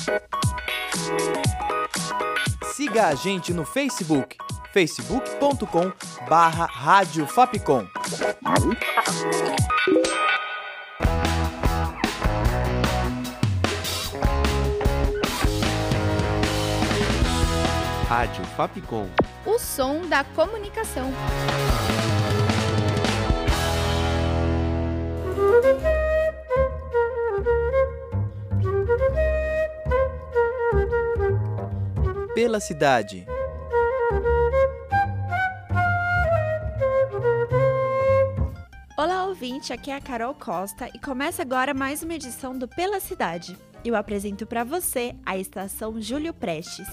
Siga a gente no Facebook, facebook.com/Rádio Fapcom. Rádio Fapcom. O som da comunicação. Pela cidade. Olá, ouvinte, aqui é a Carol Costa e começa agora mais uma edição do Pela Cidade. Eu apresento para você a Estação Júlio Prestes.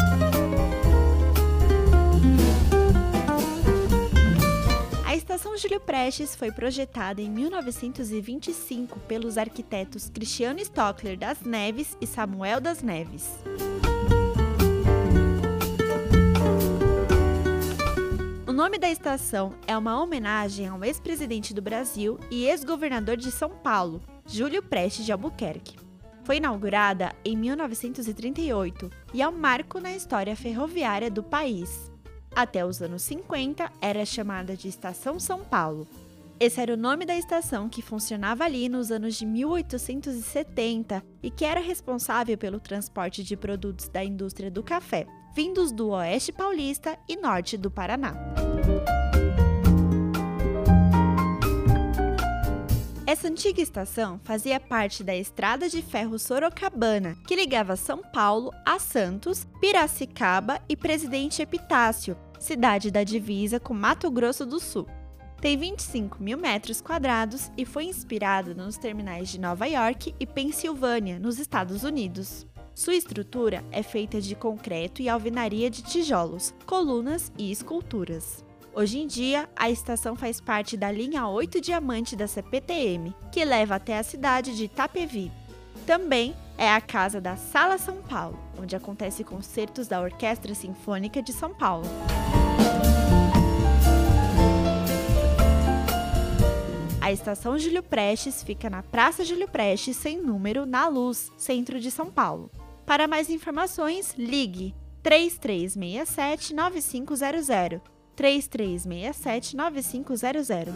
A Estação Júlio Prestes foi projetada em 1925 pelos arquitetos Cristiano Stockler das Neves e Samuel das Neves. O nome da estação é uma homenagem ao ex-presidente do Brasil e ex-governador de São Paulo, Júlio Prestes de Albuquerque. Foi inaugurada em 1938 e é um marco na história ferroviária do país. Até os anos 50, era chamada de Estação São Paulo. Esse era o nome da estação que funcionava ali nos anos de 1870 e que era responsável pelo transporte de produtos da indústria do café, vindos do Oeste Paulista e Norte do Paraná. Essa antiga estação fazia parte da Estrada de Ferro Sorocabana, que ligava São Paulo a Santos, Piracicaba e Presidente Epitácio, cidade da divisa com Mato Grosso do Sul. Tem 25 mil metros quadrados e foi inspirada nos terminais de Nova York e Pensilvânia, nos Estados Unidos. Sua estrutura é feita de concreto e alvenaria de tijolos, colunas e esculturas. Hoje em dia, a estação faz parte da linha 8 Diamante da CPTM, que leva até a cidade de Itapevi. Também é a casa da Sala São Paulo, onde acontecem concertos da Orquestra Sinfônica de São Paulo. A Estação Júlio Prestes fica na Praça Júlio Prestes, sem número, na Luz, centro de São Paulo. Para mais informações, ligue 3367-9500, 3367-9500.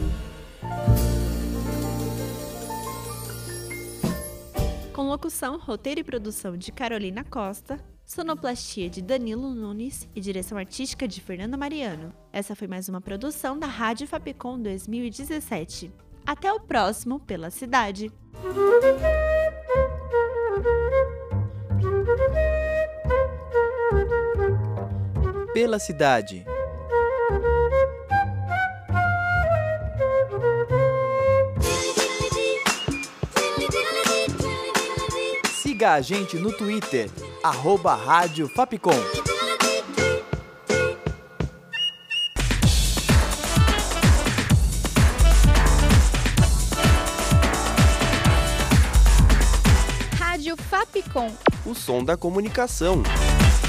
Com locução, roteiro e produção de Carolina Costa, sonoplastia de Danilo Nunes e direção artística de Fernanda Mariano. Essa foi mais uma produção da Rádio Fapcom 2017. Até o próximo Pela Cidade. Pela cidade. Siga a gente no Twitter, @Rádio Fapcom. Rádio Fapcom. O som da comunicação.